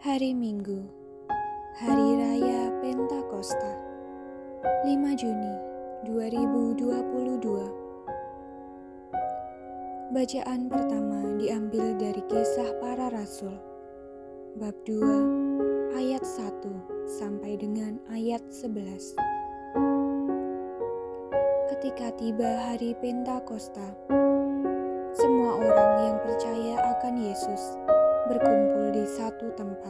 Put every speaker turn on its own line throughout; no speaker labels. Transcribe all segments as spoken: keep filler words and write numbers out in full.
Hari Minggu, Hari Raya Pentakosta, lima Juni dua ribu dua puluh dua. Bacaan pertama diambil dari Kisah Para Rasul, bab dua, ayat satu sampai dengan ayat sebelas. Ketika tiba hari Pentakosta, semua orang yang percaya akan Yesus berkumpul di satu tempat.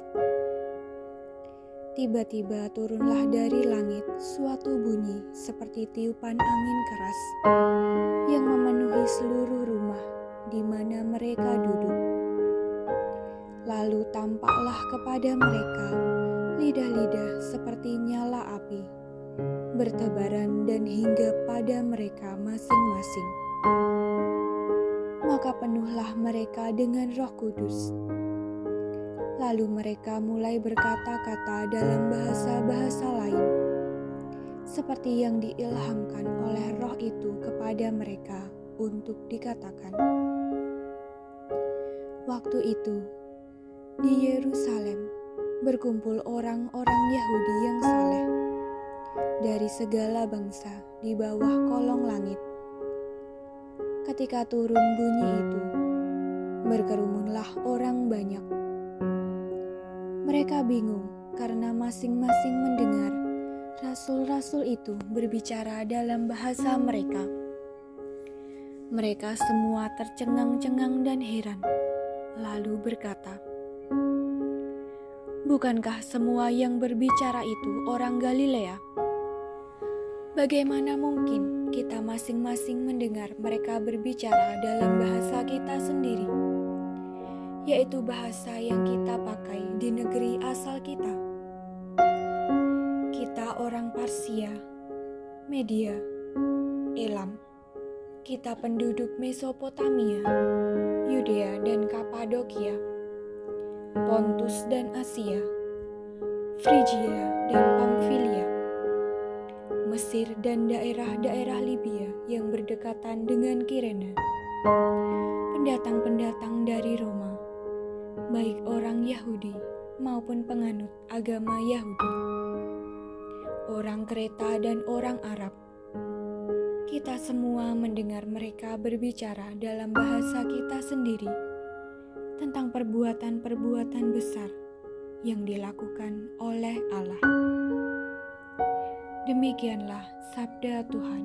Tiba-tiba turunlah dari langit suatu bunyi seperti tiupan angin keras yang memenuhi seluruh rumah di mana mereka duduk. Lalu tampaklah kepada mereka lidah-lidah seperti nyala api, bertebaran dan hingga pada mereka masing-masing. Maka penuhlah mereka dengan Roh Kudus. Lalu mereka mulai berkata-kata dalam bahasa-bahasa lain, seperti yang diilhamkan oleh Roh itu kepada mereka untuk dikatakan. Waktu itu, di Yerusalem berkumpul orang-orang Yahudi yang saleh dari segala bangsa di bawah kolong langit. Ketika turun bunyi itu, berkerumunlah orang banyak. Mereka bingung karena masing-masing mendengar rasul-rasul itu berbicara dalam bahasa mereka. Mereka semua tercengang-cengang dan heran, lalu berkata, "Bukankah semua yang berbicara itu orang Galilea? Bagaimana mungkin kita masing-masing mendengar mereka berbicara dalam bahasa kita sendiri, yaitu bahasa yang kita pakai di negeri asal kita? Kita orang Parsia, Media, Elam, kita penduduk Mesopotamia, Yudea dan Kapadokia, Pontus dan Asia, Frigia dan Pamfilia, Mesir dan daerah-daerah Libya yang berdekatan dengan Kirene, pendatang-pendatang dari Roma, baik orang Yahudi maupun penganut agama Yahudi, orang Kreta dan orang Arab. Kita semua mendengar mereka berbicara dalam bahasa kita sendiri tentang perbuatan-perbuatan besar yang dilakukan oleh Allah." Demikianlah sabda Tuhan.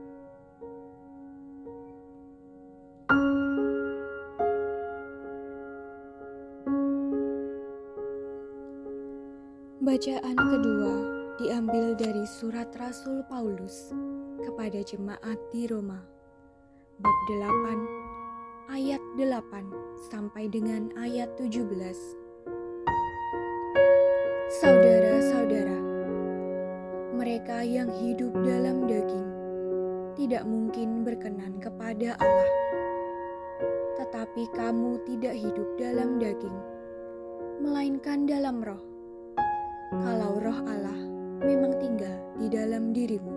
Bacaan kedua diambil dari surat Rasul Paulus kepada jemaat di Roma, bab delapan, ayat delapan sampai dengan ayat tujuh belas. Saudara-saudara, mereka yang hidup dalam daging tidak mungkin berkenan kepada Allah. Tetapi kamu tidak hidup dalam daging, melainkan dalam roh, kalau Roh Allah memang tinggal di dalam dirimu.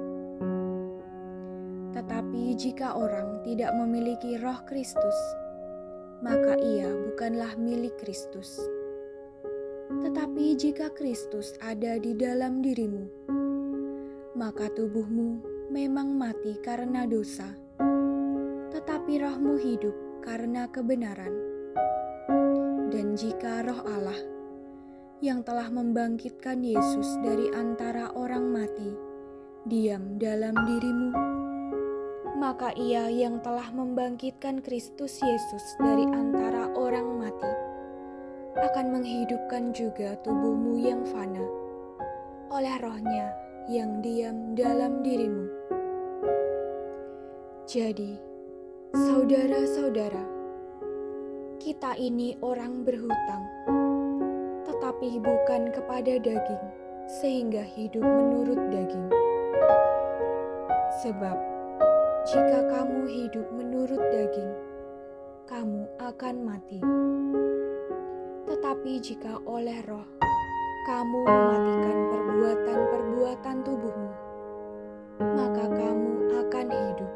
Tetapi jika orang tidak memiliki Roh Kristus, maka ia bukanlah milik Kristus. Tetapi jika Kristus ada di dalam dirimu, maka tubuhmu memang mati karena dosa, tetapi rohmu hidup karena kebenaran. Dan jika Roh Allah yang telah membangkitkan Yesus dari antara orang mati diam dalam dirimu, maka Ia yang telah membangkitkan Kristus Yesus dari antara orang mati akan menghidupkan juga tubuhmu yang fana oleh Roh-Nya yang diam dalam dirimu. Jadi, saudara-saudara, kita ini orang berhutang, tetapi bukan kepada daging, sehingga hidup menurut daging. Sebab, jika kamu hidup menurut daging, kamu akan mati. Tetapi jika oleh Roh, kamu mematikan perbuatan-perbuatan tubuhmu, maka kamu akan hidup.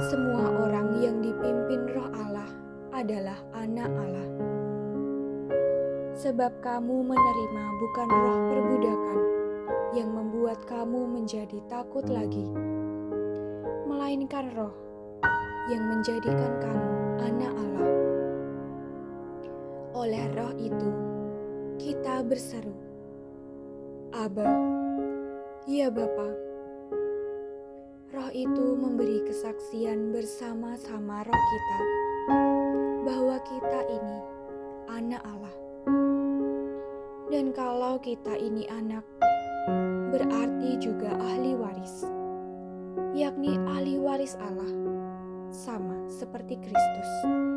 Semua orang yang dipimpin Roh Allah adalah anak Allah. Sebab kamu menerima bukan roh perbudakan yang membuat kamu menjadi takut lagi, melainkan roh yang menjadikan kamu anak Allah. Oleh roh itu, kita berseru, Aba, ya Bapa. Roh itu memberi kesaksian bersama-sama roh kita bahwa kita ini anak Allah. Dan kalau kita ini anak, berarti juga ahli waris, yakni ahli waris Allah, sama seperti Kristus.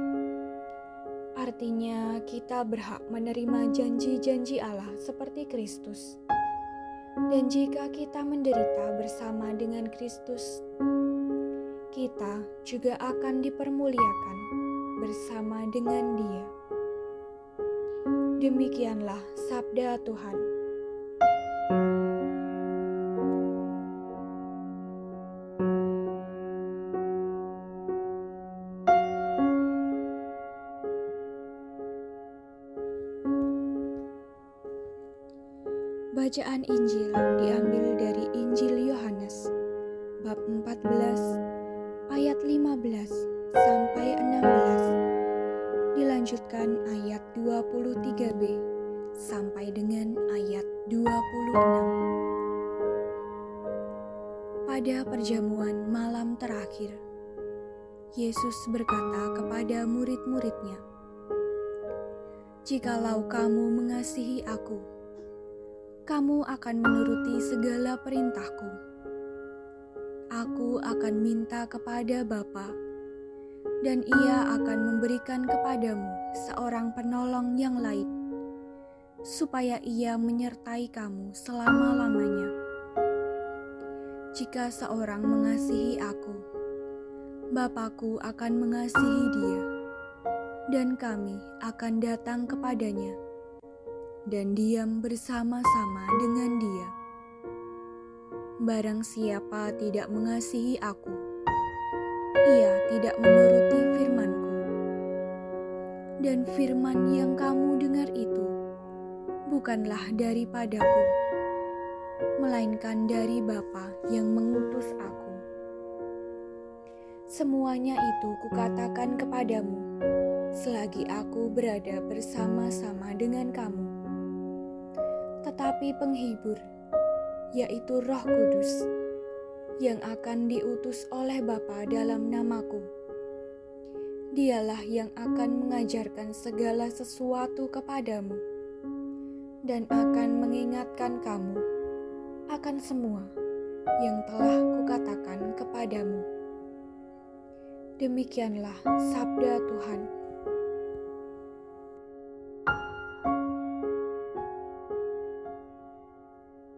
Artinya kita berhak menerima janji-janji Allah seperti Kristus. Dan jika kita menderita bersama dengan Kristus, kita juga akan dipermuliakan bersama dengan Dia. Demikianlah sabda Tuhan. Bacaan Injil diambil dari Injil Yohanes bab empat belas ayat lima belas sampai enam belas, dilanjutkan ayat dua puluh tiga b sampai dengan ayat dua puluh enam. Pada perjamuan malam terakhir, Yesus berkata kepada murid-muridnya, "Jikalau kamu mengasihi Aku, kamu akan menuruti segala perintahku. Aku akan minta kepada Bapa, dan Ia akan memberikan kepadamu seorang penolong yang lain, supaya Ia menyertai kamu selama-lamanya. Jika seorang mengasihi Aku, Bapa-Ku akan mengasihi dia, dan kami akan datang kepadanya dan diam bersama-sama dengan dia. Barang siapa tidak mengasihi Aku, ia tidak menuruti firman-Ku. Dan firman yang kamu dengar itu bukanlah daripadaku, melainkan dari Bapa yang mengutus Aku. Semuanya itu kukatakan kepadamu selagi Aku berada bersama-sama dengan kamu. Tetapi penghibur, yaitu Roh Kudus, yang akan diutus oleh Bapa dalam nama-Ku, Dialah yang akan mengajarkan segala sesuatu kepadamu dan akan mengingatkan kamu akan semua yang telah Kukatakan kepadamu." Demikianlah sabda Tuhan.